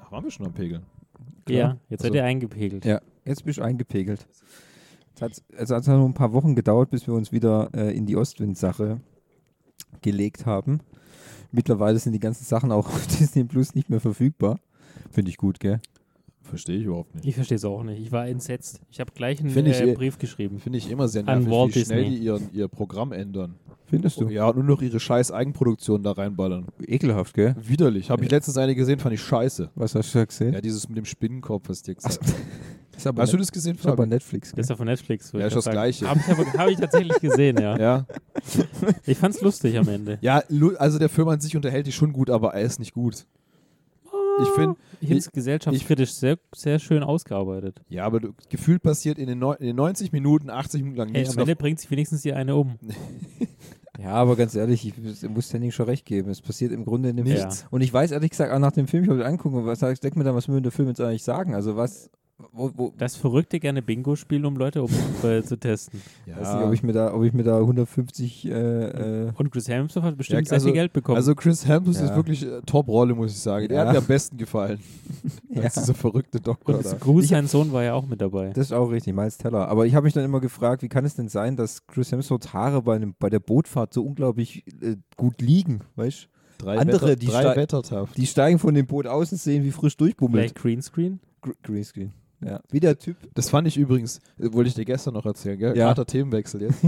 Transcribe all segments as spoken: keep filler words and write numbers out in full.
Ach, waren wir schon am Pegeln? Klar. Ja, jetzt also, seid ihr eingepegelt. Ja, jetzt bist du eingepegelt. Es hat, also es hat noch ein paar Wochen gedauert, bis wir uns wieder äh, in die Ostwind-Sache gelegt haben. Mittlerweile sind die ganzen Sachen auch auf Disney Plus nicht mehr verfügbar. Finde ich gut, gell? Verstehe ich überhaupt nicht. Ich verstehe es auch nicht. Ich war entsetzt. Ich habe gleich einen ich, äh, Brief geschrieben. Finde ich immer sehr An nervig, Walt wie schnell Disney. die ihren, ihr Programm ändern. Findest du? Ja, und nur noch ihre scheiß Eigenproduktion da reinballern. Ekelhaft, gell? Widerlich. Habe ich letztens eine gesehen, fand ich scheiße. Was hast du da gesehen? Ja, dieses mit dem Spinnenkopf, was dir gesagt Ach, ist aber Hast du net- das gesehen, ist aber Fabi? Netflix, Das gell? ist ja von Netflix. Ja, ist das Gleiche. Habe ich, aber- hab ich tatsächlich gesehen, ja. Ja. Ich fand's lustig am Ende. Ja, lu- also der Film an sich unterhält dich schon gut, aber er ist nicht gut. Ich finde, Ich finde es gesellschaftskritisch sehr, sehr schön ausgearbeitet. ja, aber du, gefühlt passiert in den, neun- in den neunzig Minuten, achtzig Minuten lang Hey, nichts. am Ende bringt sich wenigstens die eine um. Ja, aber ganz ehrlich, ich ich muss Henning schon recht geben. Es passiert im Grunde nichts. Nichts. Und ich weiß ehrlich gesagt auch nach dem Film, ich habe den angucken, was ich denke mir dann, was will der Film jetzt eigentlich sagen? Also was, wo, wo, Das Verrückte gerne Bingo-Spiel, um Leute um, äh, zu testen. ja. weiß nicht, ob ich mir da, ob ich mir da hundertfünfzig äh, äh, Und Chris Hemsworth hat bestimmt Ja, sehr also- viel Geld bekommen. Also Chris Hemsworth Ja. ist wirklich äh, Top-Rolle, muss ich sagen. Der Ja. hat mir am besten gefallen. ja. Als dieser verrückte Doktor und da. Cruz, sein Sohn, war ja auch mit dabei. Das ist auch richtig, Miles Teller. Aber ich habe mich dann immer gefragt, wie kann es denn sein, dass Chris Hemsworths Haare bei, einem, bei der Bootfahrt so unglaublich äh, gut liegen, weißt Drei, andere, Wetter, die drei stei- Wettertaft. Die steigen von dem Boot aus und sehen, wie frisch durchbummelt. Vielleicht Greenscreen? Gr- Greenscreen. Ja. Wie der Typ. Das fand ich übrigens, äh, wollte ich dir gestern noch erzählen, gell? Ja. Harter Themenwechsel jetzt.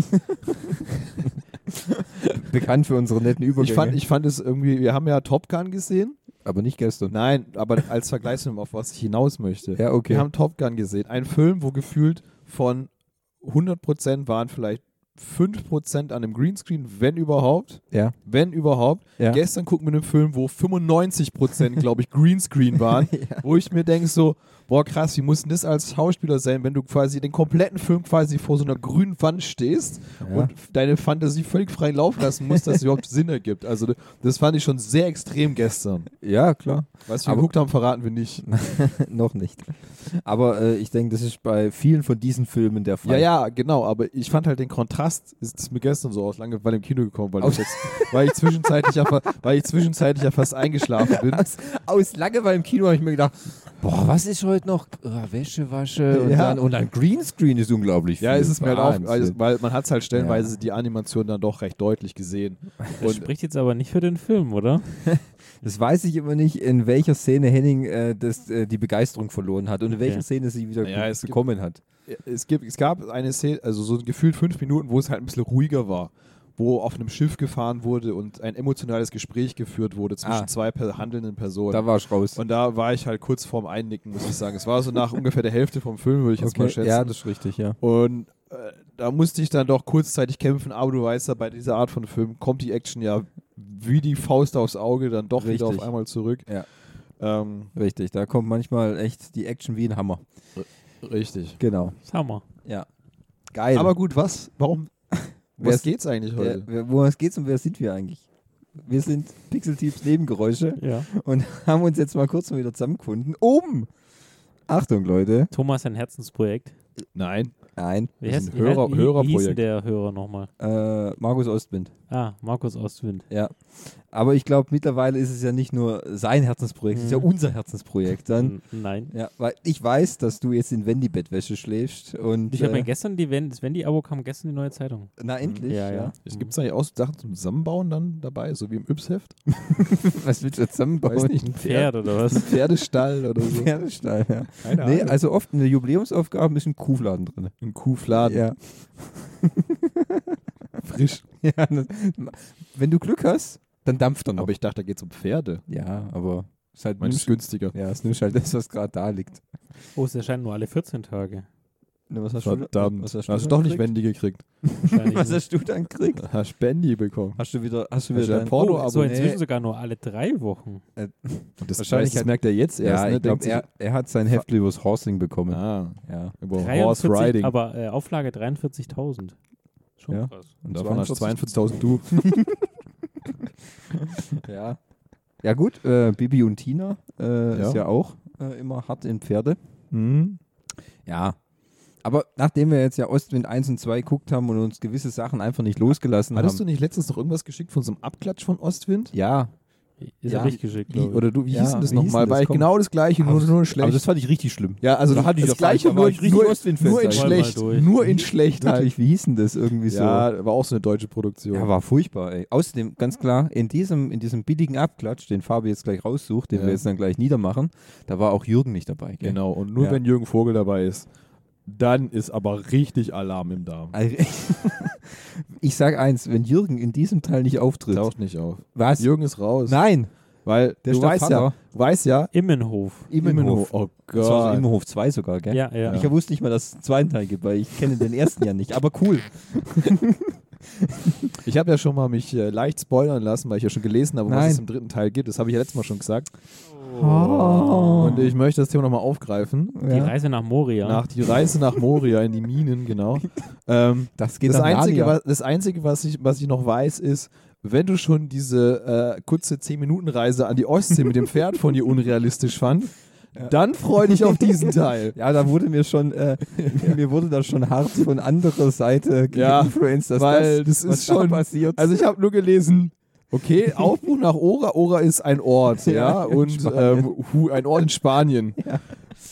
Bekannt für unsere netten Übergänge. Ich fand, ich fand es irgendwie, wir haben ja Top Gun gesehen. aber nicht gestern. Nein, aber als Vergleichsfilm, auf was ich hinaus möchte. Ja, okay. Wir haben Top Gun gesehen. Ein Film, wo gefühlt von hundert Prozent waren vielleicht fünf Prozent an dem Greenscreen, wenn überhaupt. Ja. Wenn überhaupt. Ja. Gestern gucken wir einen Film, wo fünfundneunzig Prozent, glaube ich, Greenscreen waren. Ja. Wo ich mir denke so, boah krass, wie muss denn das als Schauspieler sein, wenn du quasi den kompletten Film quasi vor so einer grünen Wand stehst Ja. und deine Fantasie völlig freien Lauf lassen musst, dass es überhaupt Sinn ergibt. Also das fand ich schon sehr extrem gestern. Ja, klar. Was wir Aber- geguckt haben, verraten wir nicht. Noch nicht. Aber äh, ich denke, das ist bei vielen von diesen Filmen der Fall. Ja, ja, genau, aber ich fand halt den Kontrast, ist es mir gestern so aus Langeweile im Kino gekommen, weil, Aus- ich, jetzt, weil, ich, zwischenzeitlich ja, fa- weil ich zwischenzeitlich ja fast eingeschlafen bin. Aus, aus Langeweile im Kino habe ich mir gedacht, boah, was ist heute noch? Ah, Wäsche, Wasche und, Ja. dann, und dann Greenscreen ist unglaublich Ja, viel. ist es mir halt auch, Wahnsinn. also, weil man hat es halt stellenweise die Animation dann doch recht deutlich gesehen. Das Und spricht jetzt aber nicht für den Film, oder? Das weiß ich immer nicht, in welcher Szene Henning äh, das, äh, die Begeisterung verloren hat und in Okay. welcher Szene sie wieder Ja, ge- es gibt- bekommen hat. es, gibt, es gab eine Szene, also so gefühlt fünf Minuten, wo es halt ein bisschen ruhiger war, wo auf einem Schiff gefahren wurde und ein emotionales Gespräch geführt wurde zwischen Ah. zwei per handelnden Personen. Da war ich raus. Und da war ich halt kurz vorm Einnicken, muss ich sagen. Es war so nach ungefähr der Hälfte vom Film, würde ich jetzt mal schätzen. Ja, das ist richtig, ja. Und äh, da musste ich dann doch kurzzeitig kämpfen, aber du weißt ja, bei dieser Art von Film kommt die Action ja wie die Faust aufs Auge dann doch wieder Richtig. auf einmal zurück. Ja. Ähm, Richtig, da kommt manchmal echt die Action wie ein Hammer. richtig. Genau. Hammer. Ja. Geil. Aber gut, was? Warum? Wer Was ist- geht's eigentlich heute? Wer, wer, worum es geht und wer sind wir eigentlich? Wir sind Pixel-Teams Nebengeräusche Ja. und haben uns jetzt mal kurz mal wieder zusammengefunden, um, Achtung Leute, Thomas, ein Herzensprojekt. Nein. nein, Wie, Das heißt, ist ein wie, Hörer- wie, wie hieß denn Hörerprojekt. der Hörer nochmal? äh, Markus Ostwind. Ah, Markus Ostwind. Ja. Aber ich glaube, mittlerweile ist es ja nicht nur sein Herzensprojekt, es ist ja Mhm. unser Herzensprojekt dann. N- Nein. Ja, weil ich weiß, dass du jetzt in Wendy-Bettwäsche schläfst und Ich habe mir äh, gestern die Wen- das Wendy-Abo kam gestern die neue Zeitung. na endlich, Ja, ja. Gibt es eigentlich auch Sachen zum Zusammenbauen dann dabei, so wie im Yps-Heft? Was willst du jetzt zusammenbauen? Weiß nicht, ein Ein Pferd oder was? Ein Pferdestall oder so. Pferdestall, ja. Keine Nee, Ahnung. also oft in der Jubiläumsaufgabe ist ein Kuhfladen drin. Ein Kuhfladen. Ja. Frisch. Ja, das, wenn du Glück hast, dann dampft er noch. Aber ich dachte, da geht es um Pferde. ja, aber es ist halt Meinst du, nimmst, ist günstiger? ja, es nimmst halt das, was gerade da liegt. Oh, es erscheint nur alle vierzehn Tage. Ne, was hast Verdammt. Was hast hast du du doch dann nicht gekriegt? Wendy gekriegt. Wahrscheinlich Was nicht. hast du dann gekriegt? Hast Bendy bekommen. Hast du wieder, hast du Hast wieder du dein ein Porno- Oh, so Nee. inzwischen sogar nur alle drei Wochen. Und das, Wahrscheinlich weiß, das hat- merkt er jetzt erst. Ja, ne? ich glaube, Denkt sich, er, er hat sein Heftli übers Horsing bekommen. ah, Ja. über Horse dreiundvierzig, Riding. aber äh, Auflage dreiundvierzigtausend. Schon Ja. krass. Und davon hast du zweiundvierzigtausend du. Ja. Ja gut, äh, Bibi und Tina äh, Ja. ist ja auch äh, immer hart in Pferde. Mhm. Ja. Aber nachdem wir jetzt ja Ostwind eins und zwei geguckt haben und uns gewisse Sachen einfach nicht losgelassen Hattest haben. du nicht letztens noch irgendwas geschickt von so einem Abklatsch von Ostwind? Ja, Ist Ja, er nicht geschickt, Wie, glaube ich. oder du, wie Ja, hieß denn das wie hieß nochmal? denn das? Weil Komm. genau das gleiche, nur, nur schlecht. Aber das fand ich richtig schlimm. ja, also da hatte ich das doch Fleisch, gleiche, da war nur, ich richtig nur, Ostwind-Fan, nur in sag ich mal. schlecht. Durch. Nur in schlecht halt. Wirklich, wie hieß denn das irgendwie so? Ja, war auch so eine deutsche Produktion. Ja, war furchtbar, ey. Außerdem, ganz klar, in diesem, in diesem billigen Abklatsch, den Fabi jetzt gleich raussucht, den Ja. wir jetzt dann gleich niedermachen, da war auch Jürgen nicht dabei. Gell? Genau, und nur Ja. wenn Jürgen Vogel dabei ist, dann ist aber richtig Alarm im Darm. Also, ich sag eins, wenn Jürgen in diesem Teil nicht auftritt, Taucht nicht auf. was? Jürgen ist raus. Nein, Weil Der du weißt ja, Stadtvater. weißt ja, Immenhof. Immenhof. Oh Das war so Gott. Immenhof zwei sogar, gell? Ja, ja. Ich wusste nicht mal, dass es einen zweiten Teil gibt, weil ich kenne den ersten ja nicht. Aber cool. Ich habe ja schon mal mich äh, leicht spoilern lassen, weil ich ja schon gelesen habe, was Nein. es im dritten Teil gibt. Das habe ich ja letztes Mal schon gesagt. Oh. Und ich möchte das Thema nochmal aufgreifen. Die Ja. Reise nach Moria. Nach die Reise nach Moria in die Minen, genau. Ähm, Das geht das, nach Einzige, Narnia. was, das Einzige, was ich, was ich noch weiß, ist, wenn du schon diese äh, kurze zehn Minuten Reise an die Ostsee mit dem Pferd von dir unrealistisch fand, dann freu dich auf diesen Teil. Ja, da wurde mir schon, äh, mir wurde da schon hart von anderer Seite Ja, geinfluenced, dass weil das, das was ist da schon- passiert. Also ich habe nur gelesen, okay, Aufbruch nach Ora. Ora ist ein Ort, ja, Ja, in und Spanien. ähm, hu, ein Ort in Spanien. Ja.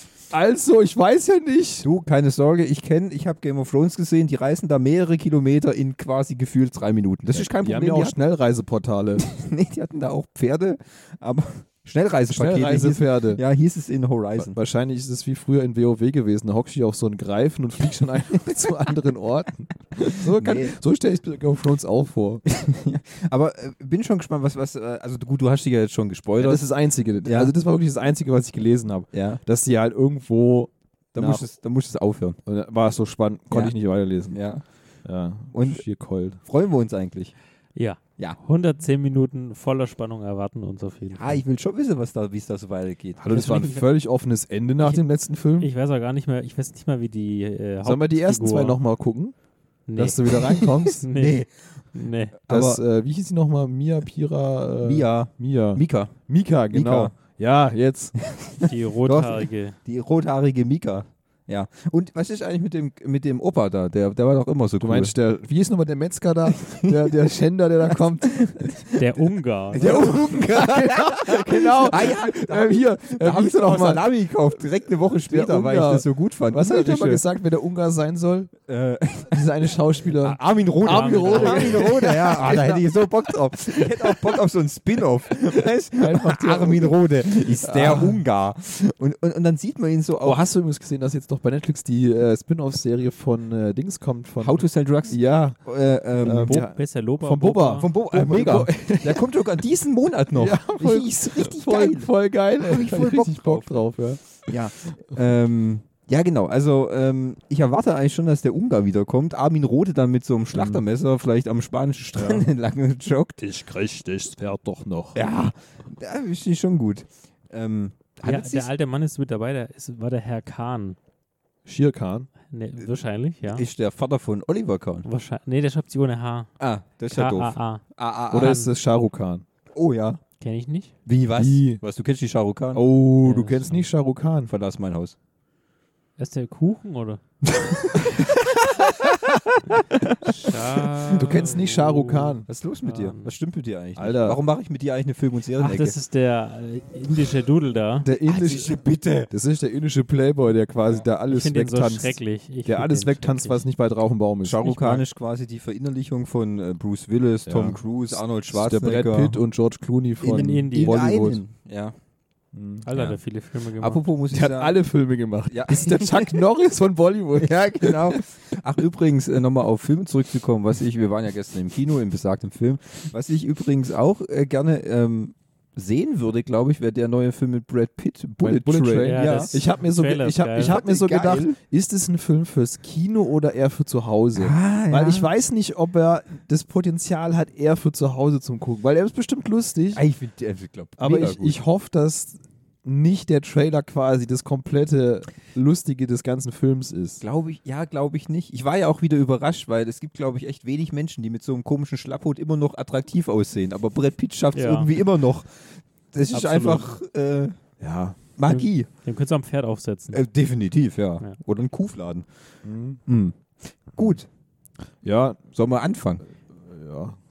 Also, ich weiß ja nicht. Du, keine Sorge, ich kenne, ich habe Game of Thrones gesehen, die reisen da mehrere Kilometer in quasi gefühlt drei Minuten. Das ist kein Die haben Problem. ja auch die, Schnellreiseportale. hatten, nee, die hatten da auch Pferde, aber Schnellreisepakete. Schnellreisepferde. Hieß, ja, hieß es in Horizon. Wahrscheinlich ist es wie früher in WoW gewesen. Da hockst du dich auf so einen Greifen und fliegst schon einfach zu anderen Orten. So, kann- Nee. so stelle ich mir Game of Thrones auch vor. Aber äh, bin schon gespannt, was, was, äh, also gut, du hast dich ja jetzt schon Ja, gespoilert. das ist das Einzige. Ja. Also das war wirklich das Einzige, was ich gelesen habe. ja, Dass die halt irgendwo, da nach- musst du es- da musst du es aufhören. und dann war es so spannend, konnte Ja. ich nicht weiterlesen. Ja. Ja, Und- schier kalt. Freuen wir uns eigentlich. Ja. Ja. hundertzehn Minuten voller Spannung erwarten uns auf jeden Ja, Fall. ich will schon wissen, was da, wie es da so weitergeht. Hallo, das war ein Ich- völlig offenes Ende nach Ich- dem letzten Film. Ich weiß auch gar nicht mehr, ich weiß nicht mal, wie die äh, Sollen wir die ersten Hauptfigur- zwei nochmal gucken, Nee. dass du wieder reinkommst? nee. Nee. Das, äh, wie hieß sie nochmal? Mia, Pira? Äh, Mia, Mia. Mika, Mika, genau. Mika. Ja, jetzt. Die rothaarige. die rothaarige Mika. Ja. Und was ist eigentlich mit dem, mit dem Opa da? Der, der war doch immer so Du cool. meinst, der, wie ist nochmal der Metzger da? Der, der Schänder, der da kommt. Der Ungar. Der Ungar. genau. Ah ja, da, Ähm, hier, da äh, habe wie ich hieß er doch noch mal? Salami gekauft, direkt eine Woche später, weil ich Ungar. das so gut fand. Was habe ich nochmal Ungarische- gesagt, wer der Ungar sein soll? Äh, Dieser eine Schauspieler. Armin Rohde. Armin Rohde. Armin Rohde, ja. Ah, da hätte ich so Bock drauf. Ich hätte auch Bock auf so einen Spin-off. Weißt? Einfach der Armin Rohde ist der Ah. Ungar. Und, und, und dann sieht man ihn so Oh, auch. hast du übrigens gesehen, dass jetzt noch bei Netflix die äh, Spin-off-Serie von äh, Dings kommt? Von How to Sell Drugs. Ja. Äh, ähm, Ähm, Bo ja. Wer ist der Loba? Von Boba. Vom Bo äh, mega. Bo- Der kommt sogar diesen Monat noch. Ja, voll- ist richtig voll, geil. voll geil. Hab ich Hab voll Bock richtig Bock drauf, ja. Ja. ähm, ja, genau. Also, ähm, ich erwarte eigentlich schon, dass der Ungar wiederkommt. Armin Rohde dann mit so einem Schlachtermesser vielleicht am spanischen Strand entlang joggt. Ich krieg das Pferd doch noch. Ja, da ist die schon gut. Ähm, Ja, handelt sich's- der alte Mann ist mit dabei, der ist, war der Herr Kahn. Shere Khan. Nee, wahrscheinlich, ja. ist der Vater von Oliver Kahn. Wahrscheinlich, nee, der schreibt sich ohne H. Ah, das ist ja doof. K A A. Ah, ah, Oder ah. ist es Shah Rukh Khan? Oh ja. Kenne ich nicht. Wie, was? Wie? Was, du kennst die Shah Rukh Khan? Oh, Ja, du das kennst ist- nicht Shah Rukh Khan. Verlass mein Haus. Ist der Kuchen oder? Scha- Du kennst nicht Shah Rukh Khan. Was ist los mit dir? Ähm, Was stimmt mit dir eigentlich? Alter. Warum mache ich mit dir eigentlich eine Film- und Ach, Serienecke? das ist der äh, indische Dudel da. Der indische, bitte. das ist der indische Playboy, der quasi da Ich alles finde den so wegtanzt. schrecklich. Ich der find alles den wegtanzt, schrecklich. was nicht bei Rauchenbaum ist. Shah Rukh Ich mag- Khan ist quasi die Verinnerlichung von äh, Bruce Willis, Ja. Tom Cruise, Arnold Der Schwarzenegger. Brad Pitt und George Clooney von In Indien. Bollywood. einen. Ja. Mhm. Alter, Ja. der viele Filme gemacht. Apropos muss ich Der hat sagen. alle Filme gemacht. Ja. Das ist der Chuck Norris von Bollywood. Ja, genau. Ach, übrigens, äh, nochmal auf Filme zurückzukommen, was ich, wir waren ja gestern im Kino, im besagten Film, was ich übrigens auch äh, gerne ähm, sehen würde, glaube ich, wäre der neue Film mit Brad Pitt, Bullet, Bullet Train. Train, Ja, ja. das- Ich habe mir so, ge- Trailer ich ist hab, geil. ich hab mir so Geil. gedacht, ist es ein Film fürs Kino oder eher für zu Hause? Ah, Weil ja. ich weiß nicht, ob er das Potenzial hat, eher für zu Hause zum Gucken. Weil er ist bestimmt lustig, Ah, Ich, find- äh, ich glaube, aber ich, ich hoffe, dass nicht der Trailer quasi das komplette Lustige des ganzen Films ist. Glaube ich, ja, glaube ich nicht. Ich war ja auch wieder überrascht, weil es gibt, glaube ich, echt wenig Menschen, die mit so einem komischen Schlapphut immer noch attraktiv aussehen. Aber Brad Pitt schafft es Ja. irgendwie immer noch. Das ist Absolut. einfach äh, Ja. Magie. Den könntest du am Pferd aufsetzen. Äh, definitiv, ja. Ja. Oder ein Kuhfladen. Mhm. Mhm. Gut, Ja, sollen wir anfangen? ja.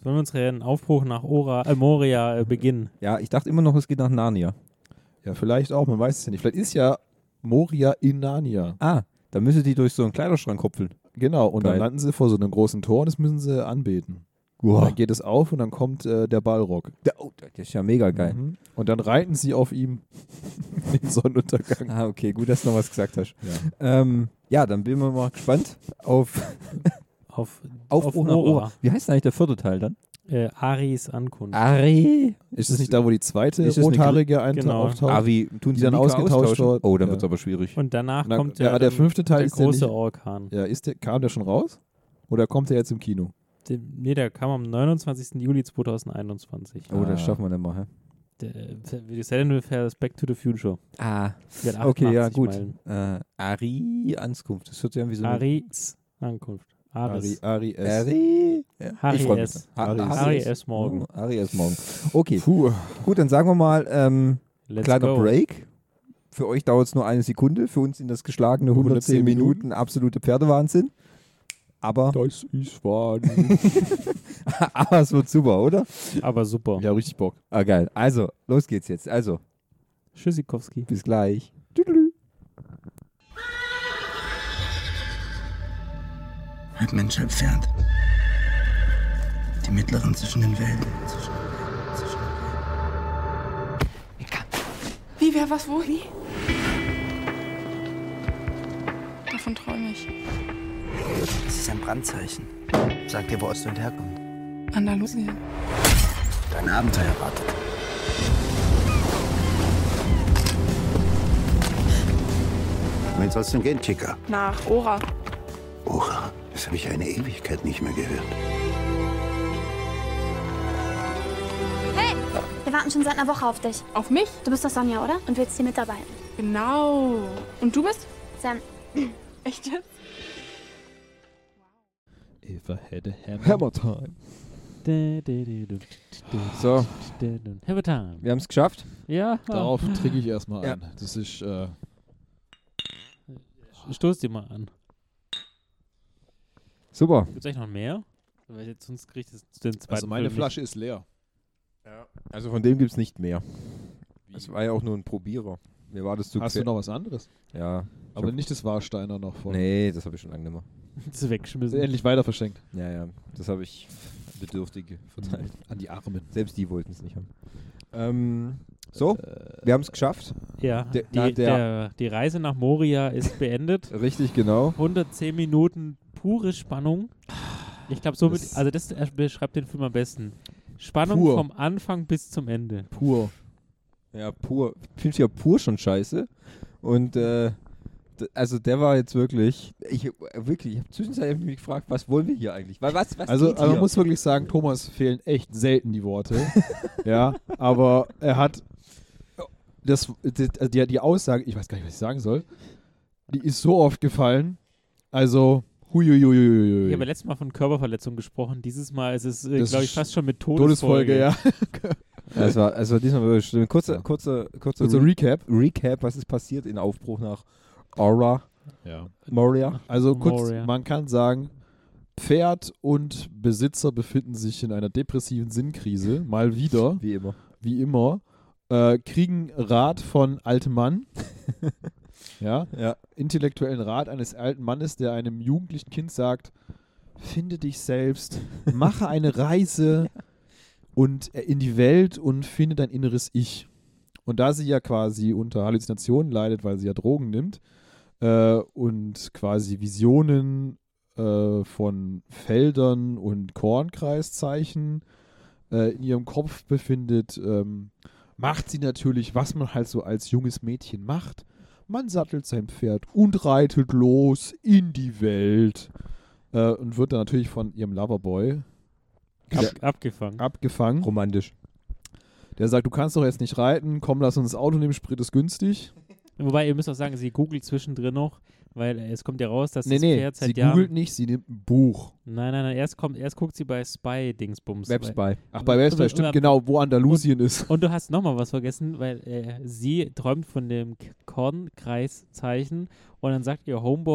Wollen wir unseren Aufbruch nach Ora, äh, Moria äh, beginnen? Ja, ich dachte immer noch, es geht nach Narnia. Ja, vielleicht auch, man weiß es ja nicht. Vielleicht ist ja Moria in Narnia. Ah, da müssen die durch so einen Kleiderschrank hopfeln. Genau, und Geil. dann landen sie vor so einem großen Tor und das müssen sie anbeten. Wow. Dann geht es auf und dann kommt äh, der Balrog. Der, oh, das ist ja mega geil. Mhm. Und dann reiten sie auf ihm den Sonnenuntergang. Ah, okay, gut, dass du noch was gesagt hast. Ja. Ähm, ja, dann bin ich mal gespannt auf Auf, Aufbruch nach Ora. Wie heißt denn eigentlich der vierte Teil dann? Äh, Aris Ankunft. Ari. Ist es nicht da, wo die zweite Ist es eine rothaarige Eintauch Genau. auftaucht? Ari, tun Die sie dann Mika ausgetauscht austauschen? wird. Oh, dann Ja. wird es aber schwierig. Und danach Na, kommt ja, der, der fünfte Teil der ist der große nicht, Orkan. ja, ist der, kam der schon raus? Oder kommt der jetzt im Kino? Der, nee, der kam am neunundzwanzigsten Juli zweitausendeinundzwanzig. Oh, das Ah. schaffen wir nicht mal. Hä? Der, wie gesagt, ungefähr das Back to the Future. Ah, Mit okay, ja, achtundachtzig gut. Meilen. Äh, Ari Ankunft. Das hört sich an wie so eine... Aris Ankunft. Ari, Aris. Ari S. Ari. Ja, Harry ich freu mich. S. Ha- Harry Harry S. S. Morgan. Oh, Ari S. Morgen. Okay, Puh. gut, dann sagen wir mal, ähm, Let's kleiner go. Break. Für euch dauert es nur eine Sekunde. Für uns sind das geschlagene hundertzehn Minuten absolute Pferdewahnsinn. Aber, Das ist wahr. aber es wird super, oder? Aber super. Ja, richtig Bock. Ah, geil. Also, los geht's jetzt. Also, Tschüssikowski. bis gleich. Halb Mensch, halb Pferd. Die mittleren zwischen den Welten. Zwischen, zwischen Wie, wer, was, wo, wie? Davon träume ich. Das ist ein Brandzeichen. Sag dir, wo Ostwind herkommt. Andalusien. Dein Abenteuer wartet. Wohin soll's denn gehen, Chica? Nach Ora. Ora, das habe ich eine Ewigkeit nicht mehr gehört. Wir warten schon seit einer Woche auf dich. Auf mich? Du bist doch Sonja, oder? Und willst hier mitarbeiten. Genau. Und du bist? Sam, Echt jetzt? If I had a hammer. Hammer Time. Du, du, du, du, du, So, du, du. Have a time. wir haben es geschafft. Ja. Darauf trinke ich erstmal Ja. ein. Das ist, äh, Stoß dir mal an. Super. Gibt es eigentlich noch mehr? Weil jetzt sonst kriegt es den zweiten also meine Film Flasche ist leer. Also von dem gibt es nicht mehr. Es war ja auch nur ein Probierer. Mir war das zu Hast du quer- noch was anderes? Ja. Aber nicht das Warsteiner noch von. Nee, das habe ich schon lange nicht mehr. nicht. Das ist weggeschmissen. Endlich weiter verschenkt. Ja, ja. Das habe ich Bedürftige verteilt. An die Armen. Selbst die wollten es nicht haben. Ähm, so, Äh, wir haben es geschafft. Ja, Der- die, na, der- der, die Reise nach Moria ist beendet. Richtig, genau. hundertzehn Minuten pure Spannung. Ich glaube, so Das- also das er- beschreibt den Film am besten. Spannung Pur. vom Anfang bis zum Ende. Pur. Ja, pur. Ich finde ja pur schon scheiße. Und, äh, d- also der war jetzt wirklich, ich äh, wirklich, ich habe zwischenzeitlich mich gefragt, was wollen wir hier eigentlich? Weil was, was Also, geht also man hier? muss wirklich sagen, Thomas fehlen echt selten die Worte. Ja, aber er hat das, die, die, die Aussage, ich weiß gar nicht, was ich sagen soll, die ist so oft gefallen. Also, huiuiuiui. Ich habe letztes Mal von Körperverletzung gesprochen. Dieses Mal ist es, äh, Das glaube ich, ist fast schon mit Todesfolge. Todesfolge, ja. Ja, es war, also diesmal wirklich schlimm. Kurzer, Ja. kurzer, kurzer Kurzer Re Recap. Recap, was ist passiert in Aufbruch nach Aura, Ja. Moria? Also kurz, Moria. man kann sagen, Pferd und Besitzer befinden sich in einer depressiven Sinnkrise, mal wieder, Wie immer. wie immer, äh, kriegen Rat von altem Mann, ja, Ja. intellektuellen Rat eines alten Mannes, der einem jugendlichen Kind sagt, finde dich selbst, mache eine Reise und äh, in die Welt und finde dein inneres Ich. Und da sie ja quasi unter Halluzinationen leidet, weil sie ja Drogen nimmt äh, und quasi Visionen äh, von Feldern und Kornkreiszeichen äh, in ihrem Kopf befindet, ähm, macht sie natürlich, was man halt so als junges Mädchen macht. Man sattelt sein Pferd und reitet los in die Welt äh, und wird dann natürlich von ihrem Loverboy Ab, abgefangen. abgefangen. Romantisch. Der sagt, du kannst doch jetzt nicht reiten, komm, lass uns das Auto nehmen, Sprit ist günstig. Wobei, ihr müsst auch sagen, sie googelt zwischendrin noch, weil äh, es kommt ja raus, dass Nee, das nee, Pferd sie seit Jahren... googelt nicht, sie nimmt ein Buch. Nein, nein, nein, erst, kommt, erst guckt sie bei Spy-Dingsbums. Webspy. Ach, bei Webster, Und- stimmt und- genau, wo Andalusien ist. Und du hast nochmal was vergessen, weil äh, sie träumt von dem K- Kornkreiszeichen und dann sagt ihr Homeboy,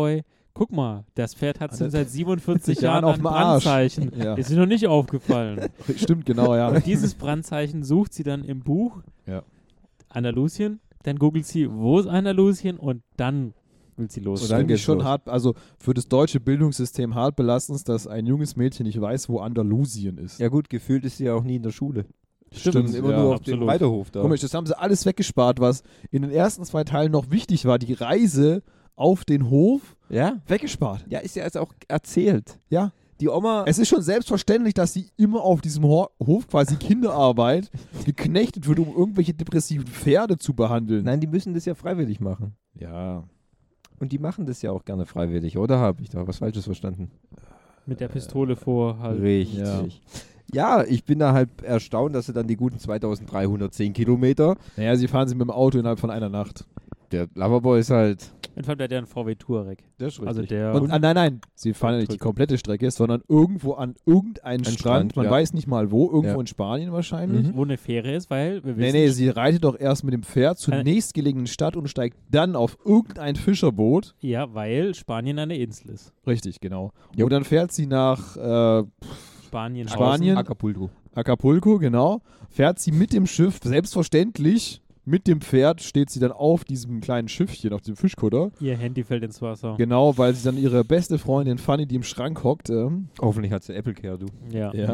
guck mal, das Pferd hat Hat seit siebenundvierzig Jahren Jahren auf ein dem Arsch. Brandzeichen. Ja. Ist ihr noch nicht aufgefallen. Stimmt, genau, ja. Und dieses Brandzeichen sucht sie dann im Buch. Ja. Andalusien. Dann googelt sie, wo ist Andalusien? Und dann will sie los. Das dann finde ich geht's schon los. hart, also für das deutsche Bildungssystem hart belastend, dass ein junges Mädchen nicht weiß, wo Andalusien ist. Ja gut, gefühlt ist sie ja auch nie in der Schule. Stimmt, immer ja. nur auf dem absolut. Reiterhof da. Komisch, das haben sie alles weggespart, was in den ersten zwei Teilen noch wichtig war. Die Reise auf den Hof, Ja? weggespart. Ja, ist ja jetzt auch erzählt. Ja. Die Oma... Es ist schon selbstverständlich, dass sie immer auf diesem Ho Hof quasi Kinderarbeit geknechtet wird, um irgendwelche depressiven Pferde zu behandeln. Nein, die müssen das ja freiwillig machen. Ja. Und die machen das ja auch gerne freiwillig, oder habe ich da was Falsches verstanden? Mit der Pistole vor halt. Richtig. Ja. ich bin da halt erstaunt, dass sie dann die guten zweitausenddreihundertzehn Kilometer... Naja, sie fahren sie mit dem Auto innerhalb von einer Nacht. Der Loverboy ist halt... In Fall der hat ja einen V W Touareg. Der ist Also richtig. der Und, ah, nein, nein, sie fahren ja nicht die komplette Strecke, sondern irgendwo an irgendeinen Ein Strand, Strand, man ja. weiß nicht mal wo, irgendwo Ja. in Spanien wahrscheinlich. Mhm. wo eine Fähre ist, weil wir Nee, wissen, nee, sie reitet doch erst mit dem Pferd zur Äh. nächstgelegenen Stadt und steigt dann auf irgendein Fischerboot. ja, weil Spanien eine Insel ist. Richtig, genau. Jo. Und dann fährt sie nach äh, Spanien. Spanien. Acapulco. Acapulco, genau. Fährt sie mit dem Schiff, selbstverständlich mit dem Pferd steht sie dann auf diesem kleinen Schiffchen, auf dem Fischkutter. Ihr Handy fällt ins Wasser. Genau, weil sie dann ihre beste Freundin Fanny, die im Schrank hockt, ähm, Hoffentlich hat sie Apple Care, du. Ja. ja.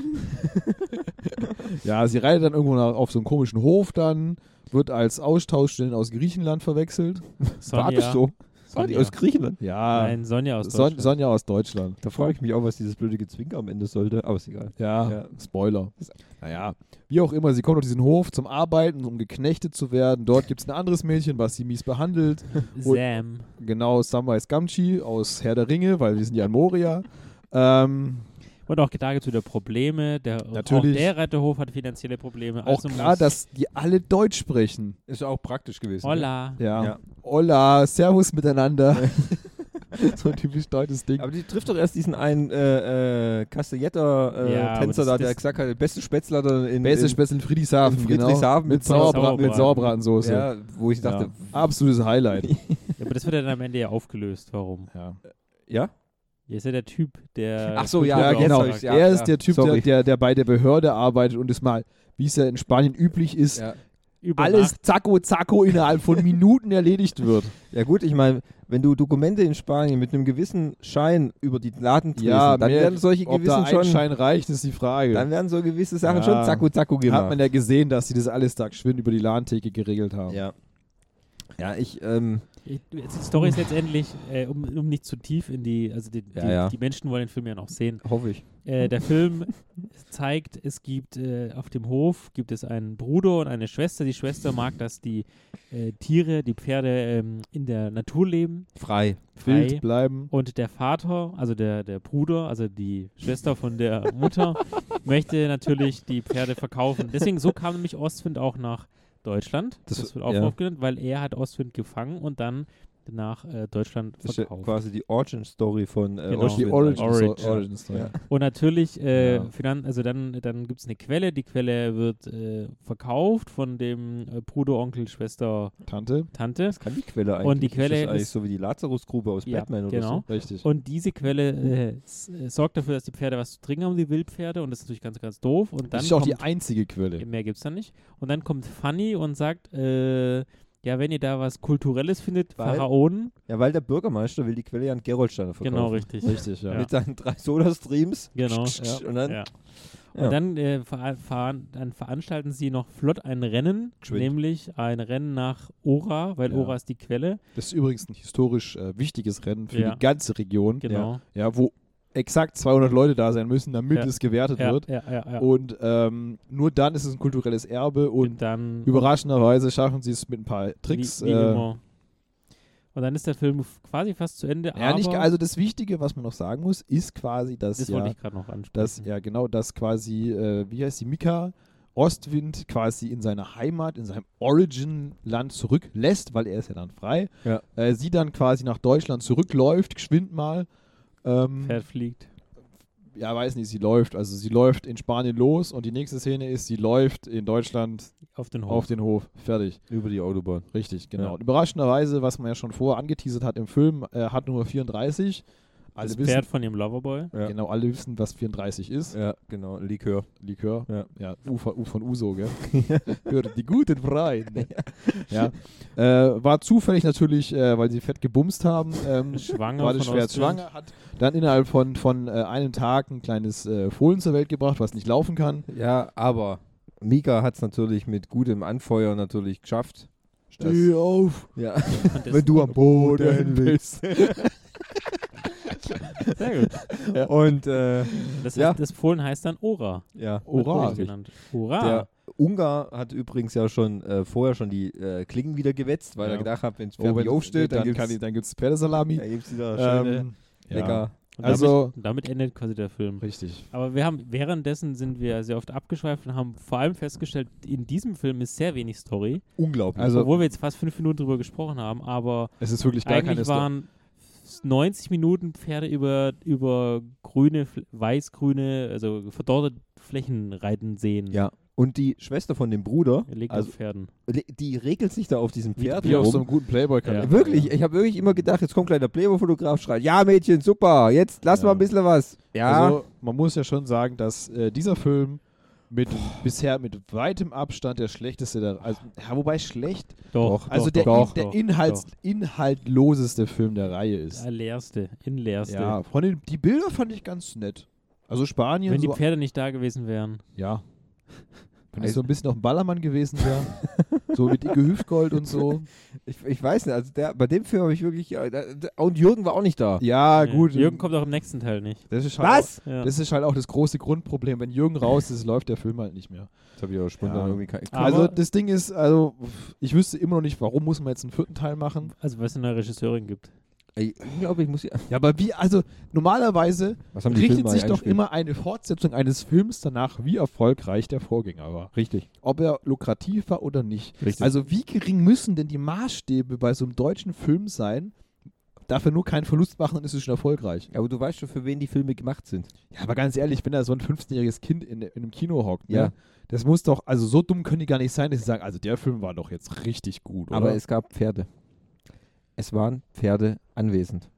ja, sie reitet dann irgendwo nach, auf so einen komischen Hof dann, wird als Austauschstudent aus Griechenland verwechselt. Sonja. War das so? War die Sonja. aus Griechenland? Ja, Nein, Sonja aus Son Deutschland. Sonja aus Deutschland. Da frage ich mich auch, was dieses blöde Gezwinker am Ende sollte. Aber ist egal. Ja, Ja. Spoiler. Naja, wie auch immer, sie kommt auf diesen Hof zum Arbeiten, um geknechtet zu werden. Dort gibt es ein anderes Mädchen, was sie mies behandelt. Und- Sam. Genau, Samwise Gamgee aus Herr der Ringe, weil wir sind ja in Moria. Ähm, Und auch da gibt es wieder Probleme. Der, Natürlich. Auch der Retterhof hat finanzielle Probleme. auch Also klar, muss- dass die alle Deutsch sprechen. Ist auch praktisch gewesen. Hola. Ja. Ja. Hola, Servus miteinander. So ein typisch deutsches Ding. Aber die trifft doch erst diesen einen äh, äh, Castelletter äh, Ja, aber Tänzer das- da, der das- gesagt hat, der beste Spätzler da in, Beste in, Spätzle in Friedrichshafen, in genau. Friedrichshafen mit, mit Sauerbra Sauerbraten. mit Sauerbratensoße. ja, wo ich dachte, Ja. Absolutes Highlight. Ja, aber das wird ja dann am Ende ja aufgelöst. Warum? ja. ja? Hier ist ja der Typ, der. Ach so, ja, Ja, jetzt genau. hab ich's, ja, er ja. ist der Typ, der, Sorry. der, der bei der Behörde arbeitet und es mal, wie es ja in Spanien üblich ist, Ja. über alles Nacht- zacko, zacko innerhalb von Minuten erledigt wird. Ja gut, ich meine, wenn du Dokumente in Spanien mit einem gewissen Schein über die Ladentresen, Ja, dann mehr- werden solche Ob da gewissen ein schon, Schein reicht, ist die Frage. dann werden so gewisse Sachen Ja. schon zacko zacko gemacht. Hat man ja gesehen, dass sie das alles da geschwind über die Ladentheke geregelt haben. ja. Ja, ich, ähm, Ich- Die Story ist letztendlich, äh, um, um nicht zu tief in die, also die, Ja, die, ja. die Menschen wollen den Film ja noch sehen. hoffe ich. Äh, der Film zeigt, es gibt äh, auf dem Hof gibt es einen Bruder und eine Schwester. Die Schwester mag, dass die äh, Tiere, die Pferde ähm, in der Natur leben. Frei. Wild Frei. bleiben. Und der Vater, also der, der Bruder, also die Schwester von der Mutter, möchte natürlich die Pferde verkaufen. Deswegen, so kam nämlich Ostwind auch nach Deutschland. Das- Das, wird auch ja. aufgenannt, weil er hat Ostwind gefangen und dann nach äh, Deutschland Das ist ja verkauft. quasi die Origin-Story von äh, Genau. Die Ostwind Origin, Origin. Story. Origin Story. Ja. Und natürlich, äh, Ja. Finan also dann, dann gibt es eine Quelle. Die Quelle wird äh, verkauft von dem äh, Bruder, Onkel, Schwester, Tante. Tante. Das kann die Quelle eigentlich. Und die Ist Quelle das eigentlich ist- so wie die Lazarusgrube aus Ja, Batman oder genau. Richtig. Und diese Quelle äh, s- äh, sorgt dafür, dass die Pferde was zu trinken haben, die Wildpferde. Und das ist natürlich ganz, ganz doof. Und dann das ist auch die kommt, einzige Quelle. mehr gibt es dann nicht. Und dann kommt Fanny und sagt, äh, ja, wenn ihr da was Kulturelles findet, Weil- Pharaonen. so. Ja, weil der Bürgermeister will die Quelle ja an Gerolsteiner verkaufen. Genau, richtig. Richtig, ja. Ja. Mit seinen drei Soda-Streams. Genau. Ja. Und dann, Ja. Ja. Und dann, äh, ver fahren, dann veranstalten sie noch flott ein Rennen, Geschwind. nämlich ein Rennen nach Ora, weil Ja. Ora ist die Quelle. Das ist übrigens ein historisch äh, wichtiges Rennen für Ja. die ganze Region. Genau. Ja, wo exakt zweihundert Leute da sein müssen, damit Ja. es gewertet Ja, wird. ja, ja, ja. Und ähm, nur dann ist es ein kulturelles Erbe und Und dann überraschenderweise schaffen sie es mit ein paar Tricks. Wie, wie äh, immer. Und dann ist der Film f- quasi fast zu Ende. ja, aber nicht, also das Wichtige, was man noch sagen muss, ist quasi, dass das ja, wollte ich gerade noch ansprechen. dass, ja genau, dass quasi, äh, wie heißt die, Mika Ostwind quasi in seine Heimat, in seinem Origin-Land zurücklässt, weil er ist ja dann frei. Ja. Äh, sie dann quasi nach Deutschland zurückläuft, geschwind mal. Ähm, Pferd fliegt. ja, weiß nicht, sie läuft. Also sie läuft in Spanien los und die nächste Szene ist, sie läuft in Deutschland Auf den Hof. auf den Hof. Fertig. Über die Autobahn. Richtig, genau. Ja. Und überraschenderweise, was man ja schon vorher angeteasert hat im Film, äh, hat Nummer vierunddreißig. Alle das wissen, Pferd von ihrem Loverboy. Ja. Genau, alle wissen, was vierunddreißig ist. Ja, genau, ein Likör. Likör. Ja. Ja, U von, U von Uso, gell? Für die guten Freunde. ja. Äh, war zufällig natürlich, äh, weil sie fett gebumst haben, ähm, Schwanger war das von schwer Ostwind. schwanger, hat dann innerhalb von, von äh, einem Tag ein kleines äh, Fohlen zur Welt gebracht, was nicht laufen kann. Ja, aber Mika hat es natürlich mit gutem Anfeuern natürlich geschafft. Steh auf, Ja. Und das- Wenn du am Boden bist. Sehr gut. Ja. Und äh, Das, Ja. heißt, das Fohlen heißt dann Ora. ja, Ora. Wird genannt. Ora. der Ungar hat übrigens ja schon äh, vorher schon die äh, Klingen wieder gewetzt, weil Ja. er gedacht hat, wenn es Oh, Pferd wenn- nicht aufsteht, dann, dann, gibt's, kann, dann gibt es Pferdesalami. da gibt's wieder schöne, Ähm, ja. lecker. Und Also- damit, damit endet quasi der Film. Richtig. Aber wir haben, währenddessen sind wir sehr oft abgeschweift und haben vor allem festgestellt, in diesem Film ist sehr wenig Story. Unglaublich. Also- Obwohl wir jetzt fast fünf Minuten drüber gesprochen haben, aber Es ist wirklich gar keine eigentlich Story. waren neunzig Minuten Pferde über, über grüne, fl- weiß-grüne, also verdorrte Flächen reiten sehen. ja. Und die Schwester von dem Bruder, Er legt also auf Pferden. le- die regelt sich da auf diesem Wie- Pferd Wie auf rum. so einem guten Playboy-Kalender. Ja. Wirklich, ich habe wirklich immer gedacht, jetzt kommt gleich der Playboy-Fotograf, schreit, ja Mädchen, super, jetzt lass Ja. mal ein bisschen was. Ja, Also man muss ja schon sagen, dass äh, dieser Film mit bisher mit weitem Abstand der schlechteste, der, also, ja, wobei schlecht, Doch, also doch, der, doch, in, der doch, Inhalts, doch. inhaltloseste Film der Reihe ist. Der leerste, inleerste. Ja, von den die Bilder fand ich ganz nett. Also Spanien, Wenn die so, Pferde nicht da gewesen wären. ja. Wenn es so ein bisschen noch ein Ballermann gewesen wäre, so mit Icke Hüftgold und so. ich, ich weiß nicht, also der, bei dem Film habe ich wirklich, äh, da- da- und Jürgen war auch nicht da. Ja, gut. Jürgen kommt auch im nächsten Teil nicht. Das ist halt Was? Auch, Ja. das ist halt auch das große Grundproblem. Wenn Jürgen raus ist, läuft der Film halt nicht mehr. Das habe ich auch spontan Ja. irgendwie kein, Aber- Also das Ding ist, also ich wüsste immer noch nicht, warum muss man jetzt einen vierten Teil machen. Also, weil es eine Regisseurin gibt. Ey, ich glaube, ich muss ja. Ja, aber wie, also normalerweise Was haben die richtet Filme sich eigentlich doch eingespielt? immer eine Fortsetzung eines Films danach, wie erfolgreich der Vorgänger war. Richtig. Ob er lukrativ war oder nicht. Richtig. Also wie gering müssen denn die Maßstäbe bei so einem deutschen Film sein, darf er nur keinen Verlust machen, dann ist es schon erfolgreich. Aber du weißt schon, für wen die Filme gemacht sind. Ja, aber ganz ehrlich, wenn da so ein fünfzehnjähriges Kind in, in einem Kino hockt, ne, Ja. das muss doch, also so dumm können die gar nicht sein, dass sie sagen, also der Film war doch jetzt richtig gut, oder? Aber es gab Pferde. Es waren Pferde anwesend.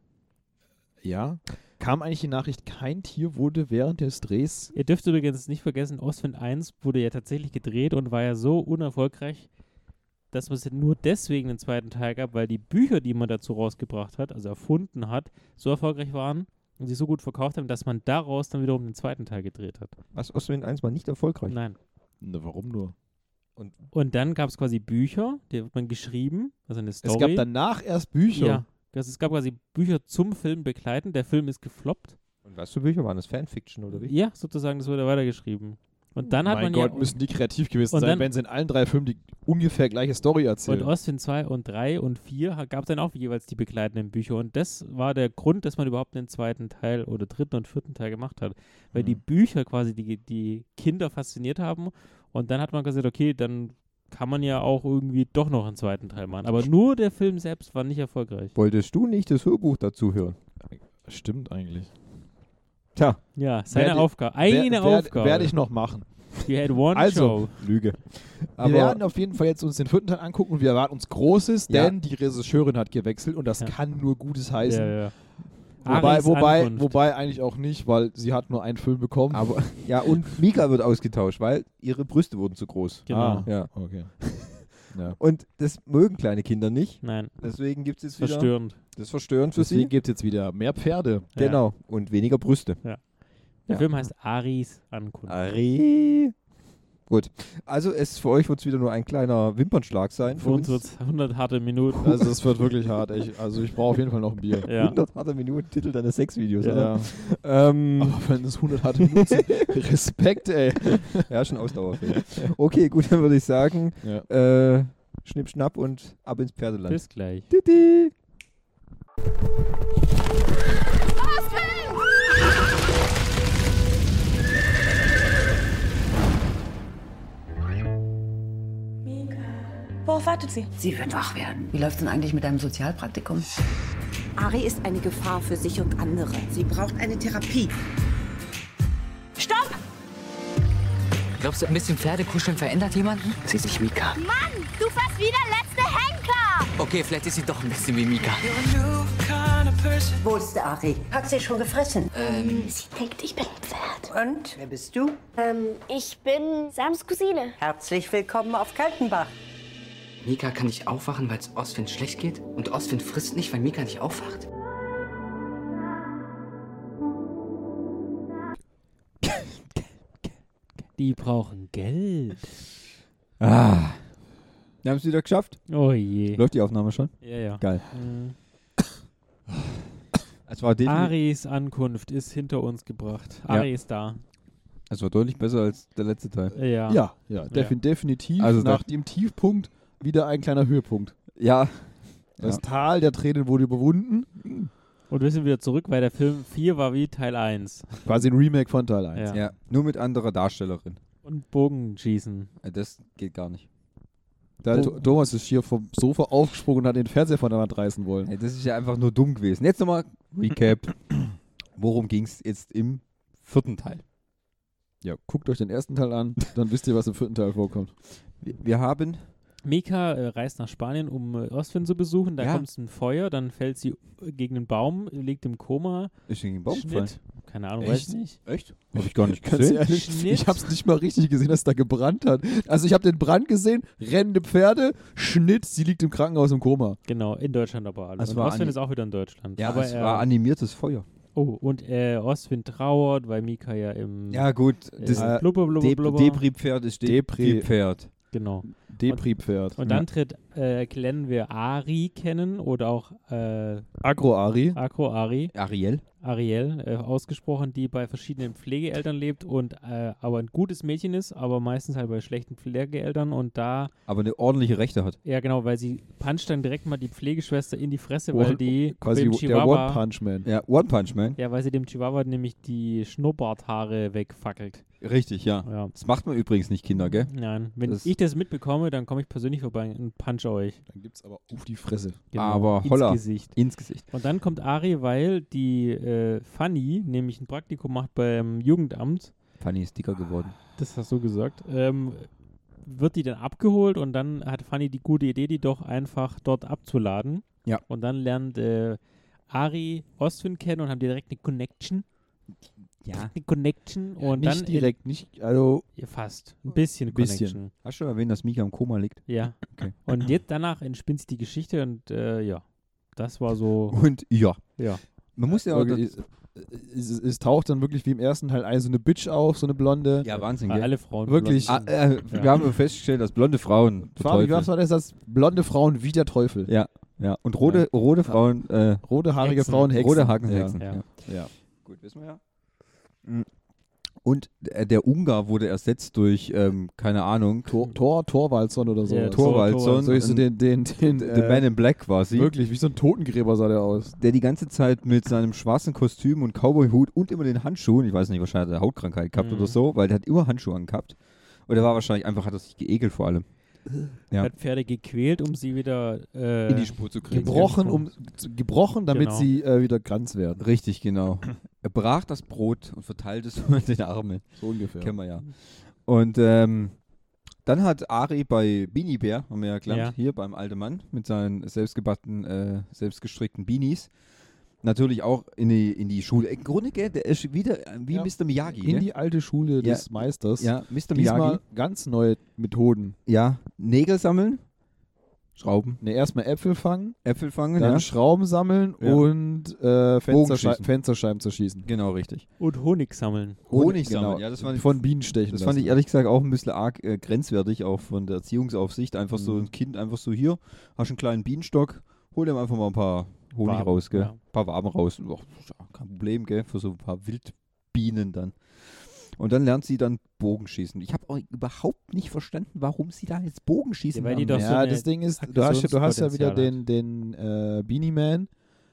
ja. Kam eigentlich die Nachricht, kein Tier wurde während des Drehs. Ihr dürft übrigens nicht vergessen, Ostwind eins wurde ja tatsächlich gedreht und war ja so unerfolgreich, dass es nur deswegen einen zweiten Teil gab, weil die Bücher, die man dazu rausgebracht hat, also erfunden hat, so erfolgreich waren und sich so gut verkauft haben, dass man daraus dann wiederum den zweiten Teil gedreht hat. Was Ostwind eins war nicht erfolgreich. Nein. Na, warum nur? Und Und dann gab es quasi Bücher, die hat man geschrieben, also eine Story. Es gab danach erst Bücher. Ja, das, es gab quasi Bücher zum Film begleitend. Der Film ist gefloppt. Und was für Bücher waren das? Fanfiction oder wie? Ja, sozusagen, das wurde weitergeschrieben. Und dann hat mein man Gott, ja... müssen die kreativ gewesen und sein, dann- wenn sie in allen drei Filmen die ungefähr gleiche Story erzählen. Und Ostwind zwei und drei und vier gab es dann auch jeweils die begleitenden Bücher. Und das war der Grund, dass man überhaupt einen zweiten Teil oder dritten und vierten Teil gemacht hat. Weil Mhm. die Bücher quasi die, die Kinder fasziniert haben. Und dann hat man gesagt, okay, dann kann man ja auch irgendwie doch noch einen zweiten Teil machen. Aber nur der Film selbst war nicht erfolgreich. Wolltest du nicht das Hörbuch dazu hören? Stimmt eigentlich. Tja, Ja, seine Werde- Aufgabe. Eine Wer- Aufgabe. Werde ich noch machen. You had one Also, show. Lüge. wir werden auf jeden Fall jetzt uns den vierten Teil angucken und wir erwarten uns Großes, Ja. denn die Regisseurin hat gewechselt und das Ja. kann nur Gutes heißen. Ja, ja. Wobei, Aris wobei, Ankunft. wobei eigentlich auch nicht, weil sie hat nur einen Film bekommen. Aber, ja, und Mika wird ausgetauscht, weil ihre Brüste wurden zu groß. Genau. Ah, Ja. okay. Ja. Und das mögen kleine Kinder nicht. Nein, Deswegen gibt es jetzt wieder. verstörend. Das ist verstörend für Deswegen sie. gibt es jetzt wieder mehr Pferde. Ja. Genau. Und weniger Brüste. Der Ja. Film heißt Aris Ankunft. Ari. Gut. Also es für euch wird es wieder nur ein kleiner Wimpernschlag sein. Für uns wird es hundert harte Minuten. Also es wird wirklich hart. Ich, also ich brauche auf jeden Fall noch ein Bier. Ja. hundert harte Minuten Titel deines Sexvideos, Ja. oder? Ähm, Aber wenn es hundert harte Minuten sind, Respekt, ey. ja, schon ausdauerfähig. Okay, gut, dann würde ich sagen, Ja. äh, Schnipp, Schnapp und ab ins Pferdeland. Bis gleich. Titi. Worauf wartet sie? Sie wird wach werden. Wie läuft's denn eigentlich mit deinem Sozialpraktikum? Ari ist eine Gefahr für sich und andere. Sie braucht eine Therapie. Glaubst du, ein bisschen Pferdekuscheln verändert jemanden? Sie ist nicht Mika. Mann, du fast wie der letzte Henker! Okay, vielleicht ist sie doch ein bisschen wie Mika. Wo ist der Ari? Hat sie schon gefressen? Ähm, sie denkt, ich bin ein Pferd. Und, wer bist du? Ähm, ich bin Sams Cousine. Herzlich willkommen auf Kaltenbach. Mika kann nicht aufwachen, weil es Ostwind schlecht geht. Und Ostwind frisst nicht, weil Mika nicht aufwacht. Die brauchen Geld. Ah. Wir haben es wieder geschafft. Oh je. Läuft die Aufnahme schon? Ja, ja. Geil. Mhm. Es war definitiv, Aris Ankunft ist hinter uns gebracht. Ari Ja. ist da. es war deutlich besser als der letzte Teil. Ja. Ja, ja, defin definitiv. Also nach da- dem Tiefpunkt wieder ein kleiner Höhepunkt. Ja. Das Ja. Tal der Tränen wurde überwunden. Und wir sind wieder zurück, weil der Film vier war wie Teil eins. Quasi ein Remake von Teil eins. Ja. Ja, nur mit anderer Darstellerin. Und Bogenschießen. Äh, Das geht gar nicht. Da Oh. Th- Thomas ist hier vom Sofa aufgesprungen und hat den Fernseher von der Wand reißen wollen. Ey, das ist ja einfach nur dumm gewesen. Jetzt nochmal Recap. Worum ging es jetzt im vierten Teil? Ja, guckt euch den ersten Teil an, dann wisst ihr, was im vierten Teil vorkommt. Wir, wir haben... Mika äh, reist nach Spanien, um äh, Ostwind zu besuchen. Da Ja. kommt es ein Feuer, dann fällt sie äh, gegen einen Baum, liegt im Koma. Ist gegen den Baum gefallen. Schnitt. Keine Ahnung, Echt? weiß nicht. Echt? Hab ich gar nicht Ganz gesehen. ehrlich, Schnitt. ich hab's nicht mal richtig gesehen, dass da gebrannt hat. Also ich habe den Brand gesehen, rennende Pferde, Schnitt, sie liegt im Krankenhaus im Koma. Genau, in Deutschland aber alles. Das Und war Ostwind ani- ist auch wieder in Deutschland. Ja, aber es er, war animiertes Feuer. Oh, und äh, Ostwind trauert, weil Mika ja im Ja gut, das äh, äh, blubber, blubber, De blubber. Depri-Pferd ist Depri- Depri-Pferd. Genau. Depri-Pferd. Und dann tritt, äh, lernen wir Ari kennen oder auch äh, Agro-Ari. Agro Ari, Ariel. Ariel, äh, ausgesprochen, die bei verschiedenen Pflegeeltern lebt und äh, aber ein gutes Mädchen ist, aber meistens halt bei schlechten Pflegeeltern und da, Aber eine ordentliche Rechte hat. ja genau, weil sie puncht dann direkt mal die Pflegeschwester in die Fresse, weil One- die Quasi dem der Chihuahua, One-Punch-Man. Ja, One Punch Man. ja, weil sie dem Chihuahua nämlich die Schnurrbarthaare wegfackelt. Richtig, ja. Ja. Das macht man übrigens nicht, Kinder, gell? Nein, wenn Das- ich das mitbekomme, dann komme ich persönlich vorbei und punch euch. Dann gibt's aber auf die Fresse. Aber ins holla. Gesicht. Ins Gesicht. Und dann kommt Ari, weil die äh, Fanny nämlich ein Praktikum macht beim Jugendamt, Fanny ist dicker geworden. das hast du gesagt, ähm, wird die dann abgeholt und dann hat Fanny die gute Idee, die doch einfach dort abzuladen. Ja. Und dann lernt äh, Ari Ostwind kennen und haben direkt eine Connection. Ja. Eine Connection und nicht dann direkt, nicht, also In, ja, fast. Ein bisschen Bisschen. Connection. Hast du erwähnt, dass Mika im Koma liegt? Ja. Okay. Und jetzt danach entspinnt sich die Geschichte und äh, ja, das war so. Und ja. Ja. Man muss ja auch... wirklich, es, es, es taucht dann wirklich wie im ersten Teil ein, so eine Bitch auf, so eine blonde. Ja, Wahnsinn, Ah, gell? alle Frauen. Wirklich. Ah, äh, Ja. Wir haben festgestellt, dass blonde Frauen Fabi, Teufel. was war das? das? Blonde Frauen wie der Teufel. Ja, ja. Und rote, rote Frauen, äh, Rote, haarige Hexen. Frauen, Hexen. rote Hakenhexen. Ja. Ja. Ja. Gut, wissen wir ja. Mhm. Und äh, der Ungar wurde ersetzt durch, ähm, keine Ahnung, Tor, Tor, Torwaldson oder so. Ja, Tor- Torwaldson. Torwaldson. So ist so den, den, den, The äh, Man in Black quasi. wirklich, wie so ein Totengräber sah der aus. Der die ganze Zeit mit seinem schwarzen Kostüm und Cowboy-Hut und immer den Handschuhen, ich weiß nicht, wahrscheinlich hat er Hautkrankheit gehabt Mhm. oder so, weil der hat immer Handschuhe angehabt. Und er war wahrscheinlich einfach, hat er sich geekelt vor allem. Ja. Hat Pferde gequält, um sie wieder äh, In die Spur zu kriegen. Gebrochen, um, gebrochen damit Genau. sie äh, wieder ganz werden. Richtig, genau. Er brach das Brot und verteilte es unter den Armen. So ungefähr. Kennen wir ja. Und ähm, dann hat Ari bei Beanie Bear, haben wir ja gelernt, Ja. hier beim alten Mann, mit seinen selbstgebackten, äh, selbstgestrickten Beanies, natürlich auch in die, in die Schule. Im Grunde, gell, der ist wieder äh, wie Ja. Mister Miyagi. In gell? die alte Schule Ja. des Meisters. Ja, Mister Diesmal Miyagi. ganz neue Methoden. Ja, Nägel sammeln, Schrauben, Ne, erstmal Äpfel fangen, Äpfel fangen, dann ja. Schrauben sammeln Ja. und äh, Fenstersche Bogenschießen. Fensterscheiben zerschießen. Genau, richtig. und Honig sammeln. Honig genau. sammeln, ja, das fand ich- Von Bienen stechen Das fand ich lassen. ehrlich gesagt auch ein bisschen arg äh, grenzwertig, auch von der Erziehungsaufsicht. Einfach so Mhm. ein Kind, einfach so hier, hast einen kleinen Bienenstock, hol dir einfach mal ein paar Honig Waben, raus, gell? ja. Ein paar Waben raus. Och, ja, kein Problem, gell? Für so ein paar Wildbienen dann. Und dann lernt sie dann Bogenschießen. Ich habe auch überhaupt nicht verstanden, warum sie da jetzt Bogenschießen Ja, weil die lernen. doch so Ja, eine das Ding ist, du hast, ja- du hast ja wieder Aggressionspotenzial den, den äh, Beanie Man.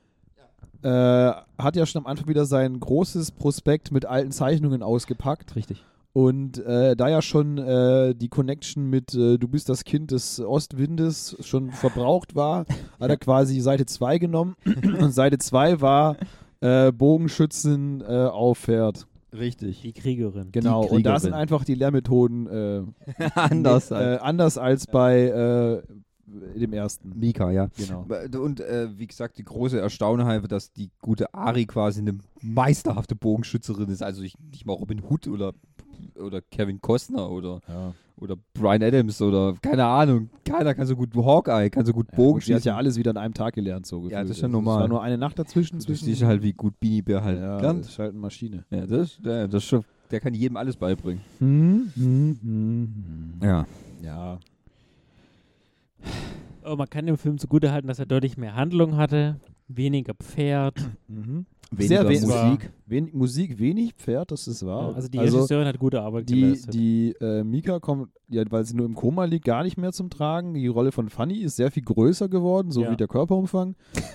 Äh, hat ja schon am Anfang wieder sein großes Prospekt mit alten Zeichnungen ausgepackt. Richtig. Und äh, da ja schon äh, die Connection mit äh, Du bist das Kind des Ostwindes schon verbraucht war, hat er quasi Seite zwei genommen. Und Seite zwei war äh, Bogenschützen äh, auf Pferd. Richtig. Die Kriegerin. Genau, Die und da sind Kriegerin. einfach die Lehrmethoden äh, Anders äh, halt. anders als bei äh, dem ersten. Mika, ja. Genau. Und äh, wie gesagt, die große Erstaunheit, dass die gute Ari quasi eine meisterhafte Bogenschützerin ist. Also ich, nicht mal Robin Hood oder, oder Kevin Costner oder, Ja. oder Bryan Adams oder keine Ahnung. Keiner kann so gut Hawkeye, kann so gut Ja, Bogen gut, sie hat schießen. ja alles wieder an einem Tag gelernt, so gefühlt. Ja, das ist ja Also, normal. Es war nur eine Nacht dazwischen. Das zwischen ist halt wie gut Beanie Bear halt ja, lernt. das ist halt eine Maschine. Ja, das, der, das ist schon, der kann jedem alles beibringen. Hm, hm, hm, hm. Ja. Ja. Aber man kann dem Film zugutehalten, dass er deutlich mehr Handlung hatte, weniger Pferd. Mhm. Weniger Sehr we- Musik. Wenig Musik, wenig Pferd, das ist wahr. Also die Regisseurin hat gute Arbeit die, geleistet. die äh, Mika kommt, ja, weil sie nur im Koma liegt, gar nicht mehr zum Tragen. Die Rolle von Fanny ist sehr viel größer geworden, so Ja. wie der Körperumfang.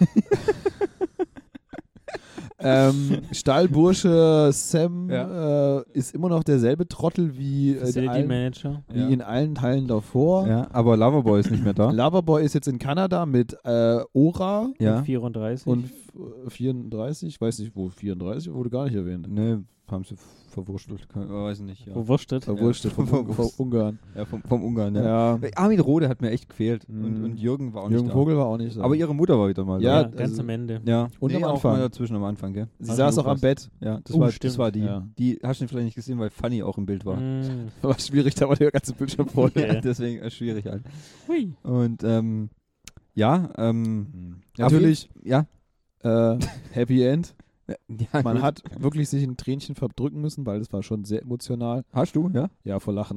ähm, Stahlbursche Sam Ja. äh, ist immer noch derselbe Trottel wie, äh, in, Facility allen, Manager. wie Ja. in allen Teilen davor. Ja, aber Loverboy ist nicht mehr da. Loverboy ist jetzt in Kanada mit äh, Ora Ja. vierunddreißig. und f- vierunddreißig, ich weiß nicht, wo vierunddreißig wurde gar nicht erwähnt. Ne, haben sie verwurschtelt. Kann- Weiß nicht. Ja, Verwurstet. Verwurstet vom, Vom- vom Ungarn. ja vom, vom Ungarn, ja. Ja, Armin Rohde hat mir echt gefehlt. Mhm. Und, und Jürgen war auch Jürgen nicht Vogel war auch nicht da. da. Aber ihre Mutter war wieder mal Ja, Ja, da. ganz also- am Ende. Ja, Und nee, am auch Anfang. mal dazwischen am Anfang, gell? Sie Ach, saß auch am Lukas. Bett. Ja, das, Oh, war, das stimmt. war die. Ja. Die hast du vielleicht nicht gesehen, weil Fanny auch im Bild war. Mm. War schwierig, da war der ganze Bildschirm voll. Ja. Deswegen äh, schwierig halt. Hui. Und ähm, ja, ähm, Natürlich ja. äh, Happy End. ja Man gut. hat wirklich sich ein Tränchen verdrücken müssen, weil das war schon sehr emotional. Hast du, ja? Ja, vor Lachen.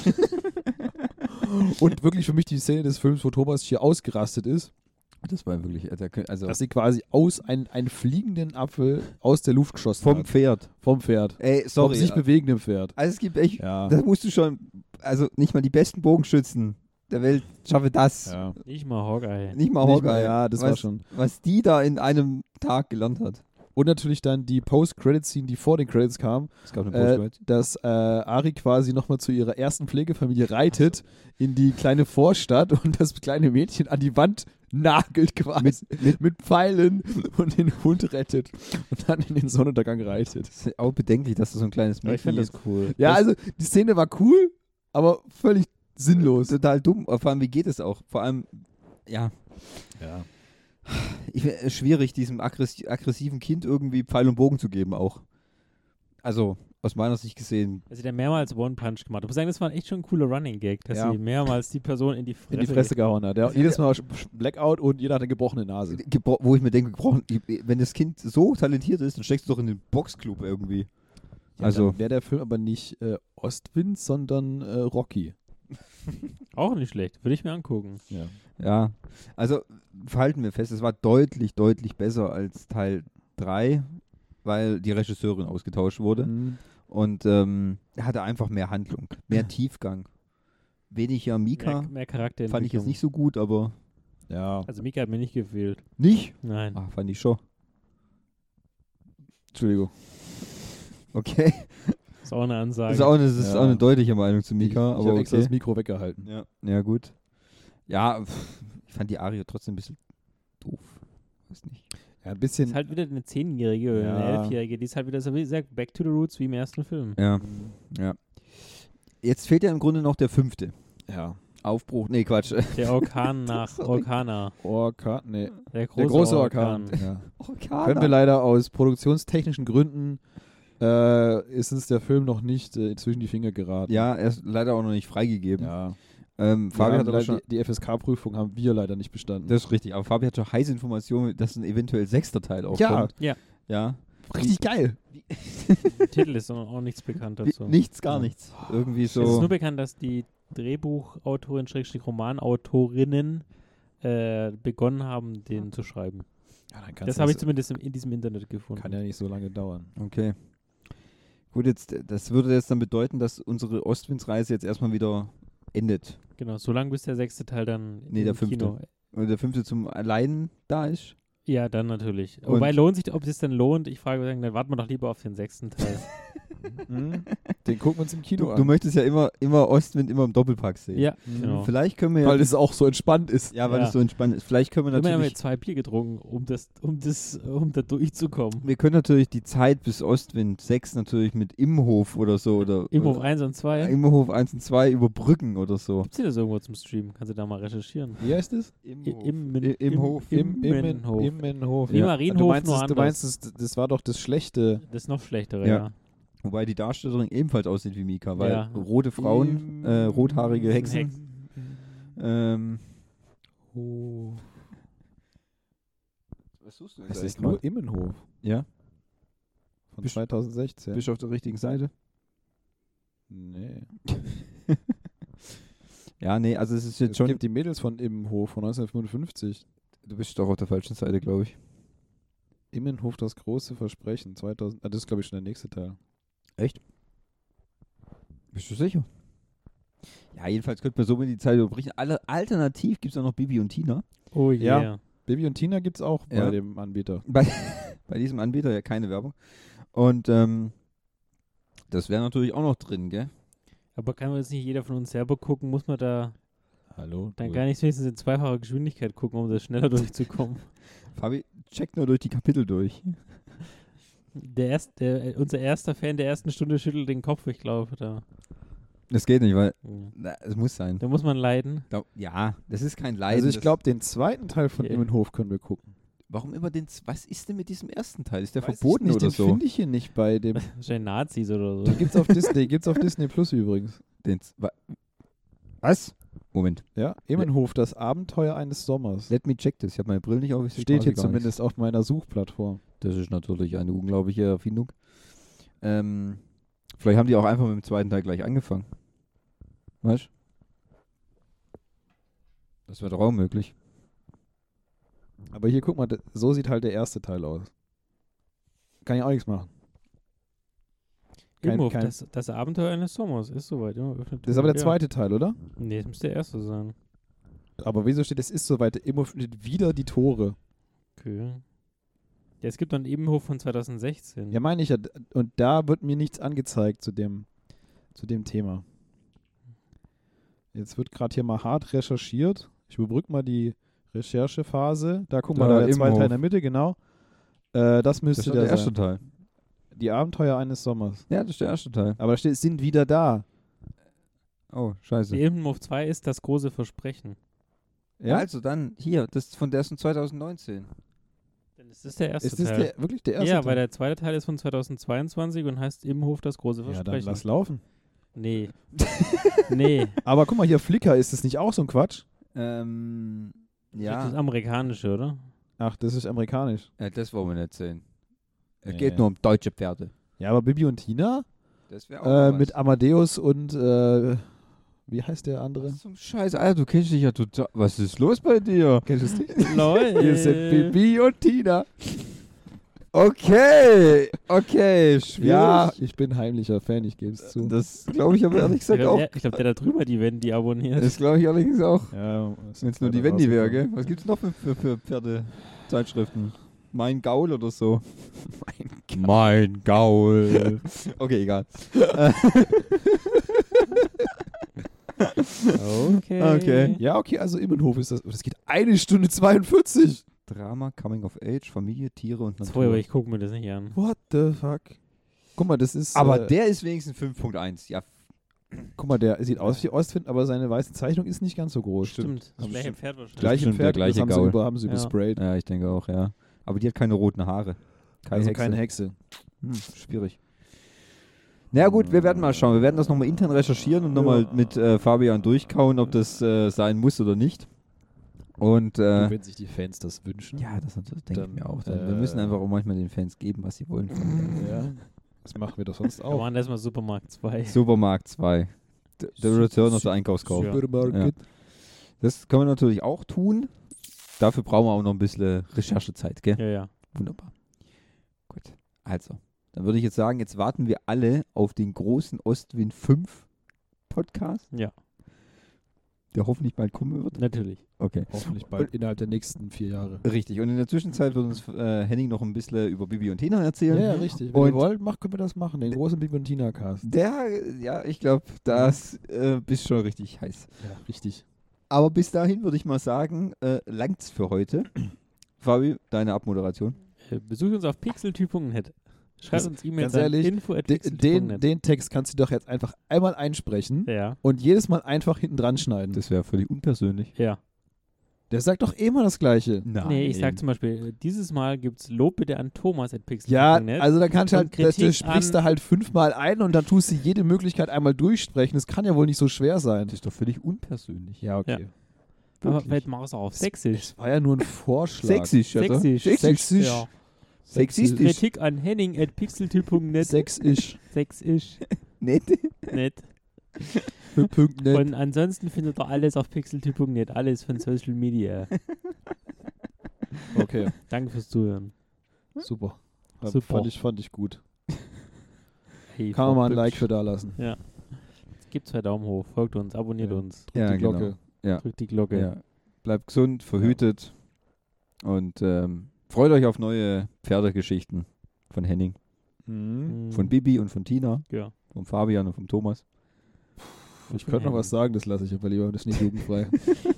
Und wirklich für mich die Szene des Films, wo Thomas hier ausgerastet ist, Das war wirklich, äh, der kö- also dass sie quasi aus ein, einen fliegenden Apfel aus der Luft geschossen vom hat. Pferd. Vom Pferd. Ey, Vom sorry. sich bewegenden Pferd. Also es gibt echt, Ja. da musst du schon, also nicht mal die besten Bogenschützen der Welt schaffen das. Ja. Nicht mal Hawkeye. Nicht mal Nicht Hawkeye. mal, ja, das was, war schon. Was die da in einem Tag gelernt hat. Und natürlich dann die Post-Credit-Scene, die vor den Credits kam, Es gab eine äh, Post dass äh, Ari quasi nochmal zu ihrer ersten Pflegefamilie reitet in die kleine Vorstadt und das kleine Mädchen an die Wand nagelt quasi mit, mit Pfeilen und den Hund rettet und dann in den Sonnenuntergang reitet. Das ist auch bedenklich, dass das so ein kleines Aber ich Mädchen finde das ist. cool. Ja, also die Szene war cool, aber völlig sinnlos. Total dumm. Vor allem, wie geht es auch? Vor allem, ja, Ja. ich, äh, schwierig, diesem aggress aggressiven Kind irgendwie Pfeil und Bogen zu geben auch. Also, aus meiner Sicht gesehen. Also der mehrmals One-Punch gemacht. Ich muss sagen, das war echt schon ein cooler Running-Gag, dass Ja. sie mehrmals die Person in die Fresse... In die Fresse gehauen hat. Der, jedes Mal Blackout und jeder hat eine gebrochene Nase. Gebro wo ich mir denke, gebrochen, wenn das Kind so talentiert ist, dann steckst du doch in den Boxclub irgendwie. Ja, Also- wäre der Film aber nicht äh, Ostwind, sondern äh, Rocky. Auch nicht schlecht. Würde ich mir angucken. Ja. Ja, also halten wir fest, es war deutlich, deutlich besser als Teil drei, weil die Regisseurin ausgetauscht wurde. Mhm. Und ähm, er hatte einfach mehr Handlung, mehr Tiefgang. Weniger Mika, Mehr, mehr Charakterentwicklung. fand ich jetzt nicht so gut, aber Ja. Also Mika hat mir nicht gefehlt. nicht? Nein. Ah, fand ich schon. Entschuldigung. Okay. Ist auch eine Ansage. Das ist auch eine, das ist Ja. auch eine deutliche Meinung zu Ich, Mika, ich aber habe extra okay. das Mikro weggehalten. Ja, ja gut. Ja, pff, ich fand die Arie trotzdem ein bisschen doof. Weiß nicht. Ja, ein bisschen. ist halt wieder eine Zehnjährige oder eine Ja. Elfjährige, die ist halt wieder so, wie gesagt, back to the roots wie im ersten Film. Ja, ja. Jetzt fehlt ja im Grunde noch der fünfte. ja. Aufbruch, nee, Quatsch. Der Orkan nach Orkana. Orkan, nee. Der große, Der große Orkan. Orkan. Ja. Orkana. Können wir leider aus produktionstechnischen Gründen äh, ist uns der Film noch nicht äh, zwischen die Finger geraten. Ja, er ist leider auch noch nicht freigegeben. Ja. Ähm, Wir Fabi haben hat aber leider schon, die, die F S K-Prüfung haben wir leider nicht bestanden. das ist richtig, aber Fabi hat schon heiße Informationen, dass ein eventuell sechster Teil auch Ja. kommt. Ja. Ja. Richtig geil. Titel ist auch, auch nichts bekannt Wie- dazu. Nichts, gar nichts. Irgendwie Es ist nur so. bekannt, dass die Drehbuchautorin, Schrägstrich Romanautorinnen äh, begonnen haben, den zu schreiben. Ja, dann kannst Das du habe ich zumindest im, in diesem Internet gefunden. Kann ja nicht so lange dauern. Okay. Gut, jetzt, das würde jetzt dann bedeuten, dass unsere Ostwindsreise jetzt erstmal wieder endet. Genau, so lange bis der sechste Teil dann Nee, im der fünfte. Kino. Und der fünfte zum Allein da ist. Ja, dann natürlich. Und- Wobei lohnt sich, ob es denn lohnt, ich frage mich, dann warten wir doch lieber auf den sechsten Teil. Mhm. Den gucken wir uns im Kino Du, an. du möchtest ja immer, immer Ostwind immer im Doppelpack sehen. Ja, Mhm. genau. Vielleicht können wir ja... Weil es auch so entspannt ist. ja, weil Ja. es so entspannt ist. Vielleicht können wir Immerhin haben wir natürlich... zwei Bier getrunken, um das, um das, um da durchzukommen. Wir können natürlich die Zeit bis Ostwind sechs natürlich mit Imhof oder so. Oder, Imhof oder eins und zwei. Imhof eins und zwei überbrücken oder so. Gibt's hier das irgendwo zum Streamen? Kannst du da mal recherchieren? Wie heißt es? I- Immen- I- Imhof. Im, Im Immenhof. Immen- Immenhof. Wie Ja. Marienhof, Du meinst, nur es, du anders. meinst es, das war doch das Schlechte. Das ist noch schlechtere, Ja. ja. Wobei die Darstellerin ebenfalls aussieht wie Mika, weil Ja. rote Frauen, äh, rothaarige Hexen. Ähm, Oh. Was suchst du Es ist nur Immenhof Ja, von Bist- zweitausendsechzehn. bist du auf der richtigen Seite? Nee. Ja, nee, also es ist jetzt Es schon... gibt die Mädels von Immenhof von neunzehnhundertfünfundfünfzig. Du bist doch auf der falschen Seite, glaube ich. Immenhof, das große Versprechen. zweitausend. Ah, das ist, glaube ich, schon der nächste Teil. Bist du sicher? Ja, jedenfalls könnte man so mit die Zeit überbrechen. Alle, alternativ gibt es auch noch Bibi und Tina. Oh Ja. yeah. Bibi und Tina gibt es auch Ja. bei dem Anbieter. Bei, bei diesem Anbieter ja keine Werbung. Und ähm, das wäre natürlich auch noch drin, gell? Aber kann man jetzt nicht jeder von uns selber gucken? Muss man da Hallo? dann du- gar nicht wenigstens in zweifacher Geschwindigkeit gucken, um das schneller durchzukommen? Fabi, check nur durch die Kapitel durch. Der erst, der, äh, unser erster Fan der ersten Stunde schüttelt den Kopf, ich glaube. Da, Das geht nicht, weil ja. na, es muss sein. da muss man leiden. Da, ja, das ist kein Leiden. Also ich das- glaube, den zweiten Teil von Okay. Immenhof können wir gucken. Warum immer den... Z- Was ist denn mit diesem ersten Teil? Ist der Weiß ich verboten nicht, oder den so? finde ich hier nicht bei dem. Wahrscheinlich Nazis oder so. Den gibt's auf Disney, gibt's auf Disney Plus übrigens. Den Z- wa- Was? Moment. Ja, Immenhof, das Abenteuer eines Sommers. Let me check this. Ich habe meine Brille nicht auf. ich sehe Steht quasi hier gar zumindest auf meiner Suchplattform. nichts. Das ist natürlich eine unglaubliche Erfindung. Ähm, vielleicht haben die auch einfach mit dem zweiten Teil gleich angefangen. Weißt du? Das wäre doch auch möglich. Aber hier, guck mal, d- so sieht halt der erste Teil aus. Kann ich auch nichts machen. Kein- Imhof, kein- das, das Abenteuer eines Sommers ist soweit. Ja, Das ist aber der zweite Teil, oder? Nee, das müsste der erste sein. Aber wieso steht, es ist soweit, Immenhof steht wieder die Tore. Okay. Ja, es gibt noch einen Immenhof von zweitausendsechzehn. Ja, meine ich ja. d- Und da wird mir nichts angezeigt zu dem, zu dem Thema. Jetzt wird gerade hier mal hart recherchiert. Ich überbrücke mal die Recherchephase. Da guck mal, Da, da der zweite Immenhof. Teil in der Mitte, genau. Äh, das Das müsste ist doch der, der erste sein. Teil. Die Abenteuer eines Sommers. Ja, das ist der erste Teil. Aber da steht, sind wieder da. Oh, scheiße. Die Immenhof zwei ist das große Versprechen. Ja? Also dann, hier, das ist von der ist von zweitausendneunzehn. Dann ist das der erste ist das Teil. der, wirklich der erste ja, Teil? weil der zweite Teil ist von zweitausendzweiundzwanzig und heißt Immenhof das große Ja, dann Versprechen. lass laufen. Nee. nee. Aber guck mal hier, Flickr, ist das nicht auch so ein Quatsch? Ähm, Das ist ja. das amerikanische, oder? Ach, das ist amerikanisch. ja. Das wollen wir nicht sehen. Es Nee. geht nur um deutsche Pferde. Ja, aber Bibi und Tina Das wäre auch äh, mal mit was. Amadeus und äh, wie heißt der andere? Was zum Scheiß, Alter, du kennst dich ja total. Was ist los bei dir? Kennst du es nicht? Lol. Hier sind Bibi und Tina. Okay, okay, schwierig. Ja, ich bin heimlicher Fan, ich gebe es zu. Das glaube ich aber ehrlich Ich gesagt auch. glaube, glaub, der da drüber, die werden die abonniert. Das glaube ich allerdings auch. Ja, Wenn es nur die Wendy wäre, gell? Was gibt es noch für, für, für Pferdezeitschriften? Mein Gaul oder so? Mein Gaul. Mein Gaul. Okay, egal. Okay. Okay. Ja, okay, also Immenhof ist das. Das geht eine Stunde zweiundvierzig. Drama, Coming of Age, Familie, Tiere und Natur. Sorry, aber ich gucke mir das nicht an. What the fuck? Guck mal, das ist. Aber äh, der ist wenigstens fünf Punkt eins. Ja, guck mal, der sieht aus wie Ostwind, aber seine weiße Zeichnung ist nicht ganz so groß. Stimmt. Das Aber gleiche stimmt. Pferd wahrscheinlich. Gleiche bestimmt der Pferd, gleiche das haben sie, Gaul. über, haben sie Ja. übersprayt. ja, ich denke auch, ja. Aber die hat keine roten Haare. Keine also Hexe. keine Hexe. Hm, schwierig. Na ja, gut, wir werden mal schauen. Wir werden das nochmal intern recherchieren und nochmal mit äh, Fabian durchkauen, ob das äh, sein muss oder nicht. Und äh, Wenn sich die Fans das wünschen. ja, das, das denke ich Dann, mir auch. Dann, wir äh, müssen einfach auch manchmal den Fans geben, was sie wollen. Ja. Das machen wir doch sonst Wir auch. machen erstmal Supermarkt zwei. Supermarkt zwei. The, the Return of the Einkaufskauf. Ja. Supermarket. Das können wir natürlich auch tun. Dafür brauchen wir auch noch ein bisschen Recherchezeit, gell? Ja, ja. Wunderbar. Gut. Also, dann würde ich jetzt sagen, jetzt warten wir alle auf den großen Ostwind fünf Podcast. Ja. der hoffentlich bald kommen wird. Natürlich. Okay. Hoffentlich bald, innerhalb der nächsten vier Jahre. Richtig. Und in der Zwischenzeit wird uns äh, Henning noch ein bisschen über Bibi und Tina erzählen. Ja, richtig. Wenn und ihr wollt, macht, können wir das machen. Den großen Bibi und Tina-Cast. Der, ja, ich glaube, das äh, bist schon richtig heiß. Ja, richtig. Aber bis dahin würde ich mal sagen, äh, langt's für heute. Fabi, deine Abmoderation. Äh, besucht uns auf pixeltyp punkt net. Schreibt uns E-Mails Ganz ehrlich, an info at den, pixeltyp punkt den, net. den Text kannst du doch jetzt einfach einmal einsprechen Ja. und jedes Mal einfach hinten dran schneiden. Das wäre völlig unpersönlich. Ja. Der sagt doch immer das Gleiche. Nein. Nee, ich sag zum Beispiel, dieses Mal gibt's Lob bitte an Thomas at pixeltyp Ja, punkt net. also dann kannst du Und halt, das, Kritik das sprichst an- du halt fünfmal ein und dann tust du jede Möglichkeit einmal durchsprechen. Das kann ja wohl nicht so schwer sein. Das ist doch völlig unpersönlich. Ja, okay. Ja. Aber vielleicht mach es auch auf Sächsisch. Das war ja nur ein Vorschlag. Sächsisch, oder? Sächsisch. Sächsisch. Ja. Sexistisch. Kritik an Henning at pixeltyp punkt net. Sächsisch. Sächsisch. Nett. Nett. Punkt net. Und ansonsten findet ihr alles auf pixeltyp punkt net. Alles von Social Media. Okay, Danke fürs Zuhören. super. Super. Fand ich, fand ich gut. Hey, Kann man mal ein Frau Like Bütsch. für da lassen. Ja. Gebt zwei Daumen hoch. Folgt uns. Abonniert Ja. uns. Drückt Ja, die Glocke. genau. Ja. Drückt die Glocke. Ja. Bleibt gesund, verhütet und ähm, freut euch auf neue Pferdegeschichten von Henning, Mhm. Mhm. von Bibi und von Tina, Ja. von Fabian und von Thomas. Ich könnte noch was sagen, das lasse ich aber lieber, das ist nicht jugendfrei.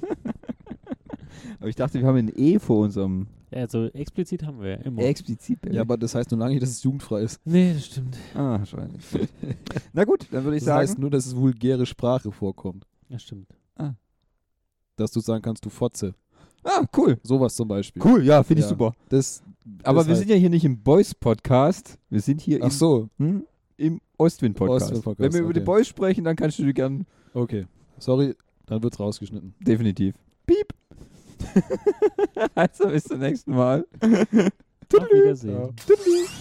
Aber ich dachte, wir haben ein E vor unserem Ja, also explizit haben wir ja immer. explizit. Ja, aber das heißt nur lange nicht, dass es jugendfrei ist. nee, das stimmt. Ah, wahrscheinlich. Na gut, dann würde ich Das sagen. heißt nur, dass es vulgäre Sprache vorkommt. Das stimmt. Dass du sagen kannst, du Fotze. Ah, cool. Sowas zum Beispiel. Cool, ja, finde ich Ja. super. Das, Aber das wir heißt- sind ja hier nicht im Boys-Podcast. Wir sind hier Ach im, so, hm, im Ostwind-Podcast. Ostwind-Podcast, Wenn wir über die okay. Boys sprechen, dann kannst du dir gern okay. Sorry, dann wird's rausgeschnitten. definitiv. Piep. Also bis zum nächsten Mal. Auf Wiedersehen. Ja. Tüdelü.